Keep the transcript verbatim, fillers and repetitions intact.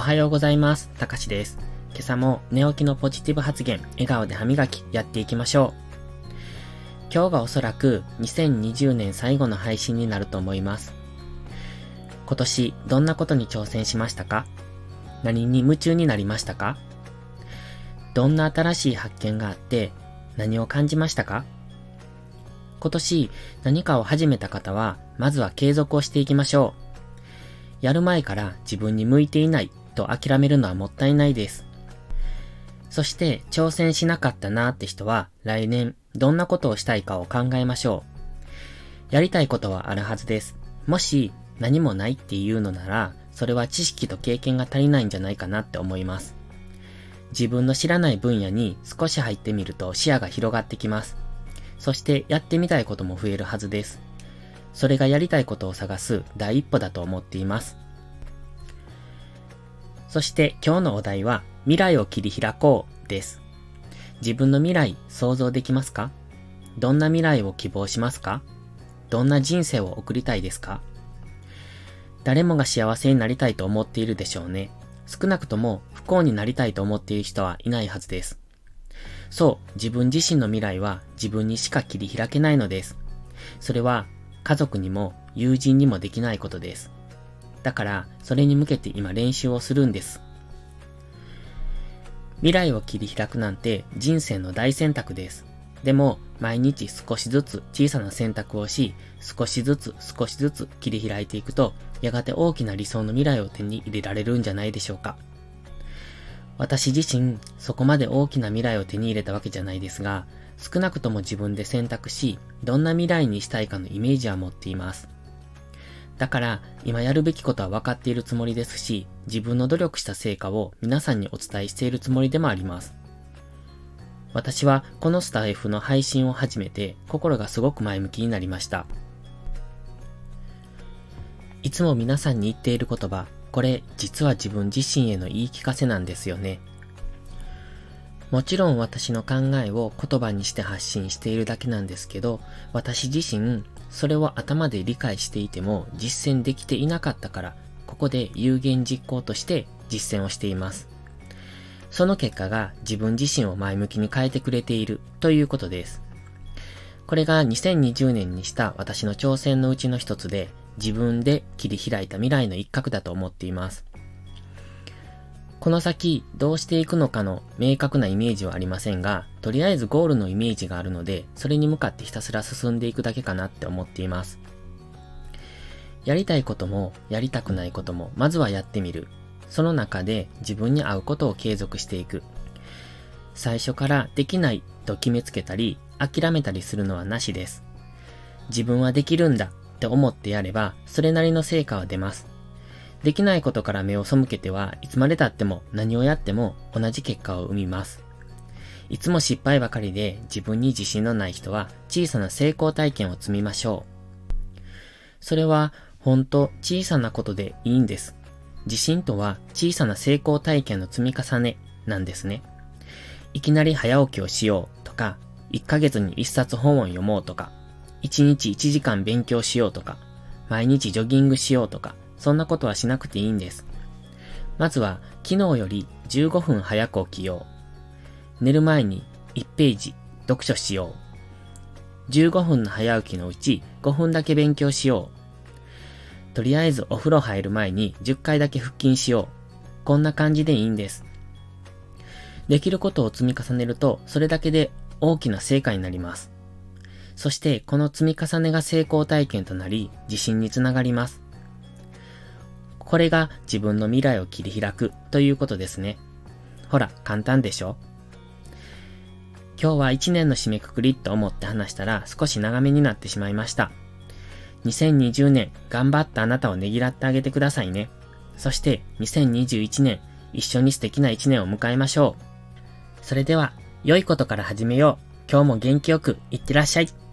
はようございます。たかしです。今朝も寝起きのポジティブ発言、笑顔で歯磨きやっていきましょう。今日がおそらくにせんにじゅうねん最後の配信になると思います。今年どんなことに挑戦しましたか？何に夢中になりましたか？どんな新しい発見があって何を感じましたか？今年何かを始めた方はまずは継続をしていきましょう。やる前から自分に向いていないと諦めるのはもったいないです。そして挑戦しなかったなーって人は来年どんなことをしたいかを考えましょう。やりたいことはあるはずです。もし何もないっていうのなら、それは知識と経験が足りないんじゃないかなって思います。自分の知らない分野に少し入ってみると視野が広がってきます。そしてやってみたいことも増えるはずです。それがやりたいことを探す第一歩だと思っています。そして今日のお題は未来を切り開こうです。自分の未来想像できますか？どんな未来を希望しますか？どんな人生を送りたいですか？誰もが幸せになりたいと思っているでしょうね。少なくとも不幸になりたいと思っている人はいないはずです。そう、自分自身の未来は自分にしか切り開けないのです。それは家族にも友人にもできないことです。だからそれに向けて今練習をするんです。未来を切り開くなんて人生の大選択です。でも毎日少しずつ小さな選択をし、少しずつ少しずつ切り開いていくと、やがて大きな理想の未来を手に入れられるんじゃないでしょうか。私自身そこまで大きな未来を手に入れたわけじゃないですが、少なくとも自分で選択し、どんな未来にしたいかのイメージは持っています。だから今やるべきことは分かっているつもりですし、自分の努力した成果を皆さんにお伝えしているつもりでもあります。私はこのスタイフの配信を始めて心がすごく前向きになりました。いつも皆さんに言っている言葉、これ実は自分自身への言い聞かせなんですよね。もちろん私の考えを言葉にして発信しているだけなんですけど、私自身それを頭で理解していても実践できていなかったから、ここで有言実行として実践をしています。その結果が自分自身を前向きに変えてくれているということです。これがにせんにじゅうねんにした私の挑戦のうちの一つで、自分で切り開いた未来の一角だと思っています。この先どうしていくのかの明確なイメージはありませんが、とりあえずゴールのイメージがあるので、それに向かってひたすら進んでいくだけかなって思っています。やりたいこともやりたくないこともまずはやってみる。その中で自分に合うことを継続していく。最初からできないと決めつけたり諦めたりするのはなしです。自分はできるんだって思ってやればそれなりの成果は出ます。できないことから目を背けてはいつまで経っても何をやっても同じ結果を生みます。いつも失敗ばかりで自分に自信のない人は小さな成功体験を積みましょう。それは本当小さなことでいいんです。自信とは小さな成功体験の積み重ねなんですね。いきなり早起きをしようとか、いっかげつにいっさつ本を読もうとか、いちにちいちじかん勉強しようとか、毎日ジョギングしようとか、そんなことはしなくていいんです。まずは昨日よりじゅうごふん早く起きよう。寝る前にいちページ読書しよう。じゅうごふんの早起きのうちごふんだけ勉強しよう。とりあえずお風呂入る前にじゅっかいだけ腹筋しよう。こんな感じでいいんです。できることを積み重ねるとそれだけで大きな成果になります。そしてこの積み重ねが成功体験となり自信につながります。これが自分の未来を切り開くということですね。ほら簡単でしょ？今日はいちねんの締めくくりと思って話したら少し長めになってしまいました。にせんにじゅうねん頑張ったあなたをねぎらってあげてくださいね。そしてにせんにじゅういちねん一緒に素敵な一年を迎えましょう。それでは良いことから始めよう。今日も元気よくいってらっしゃい。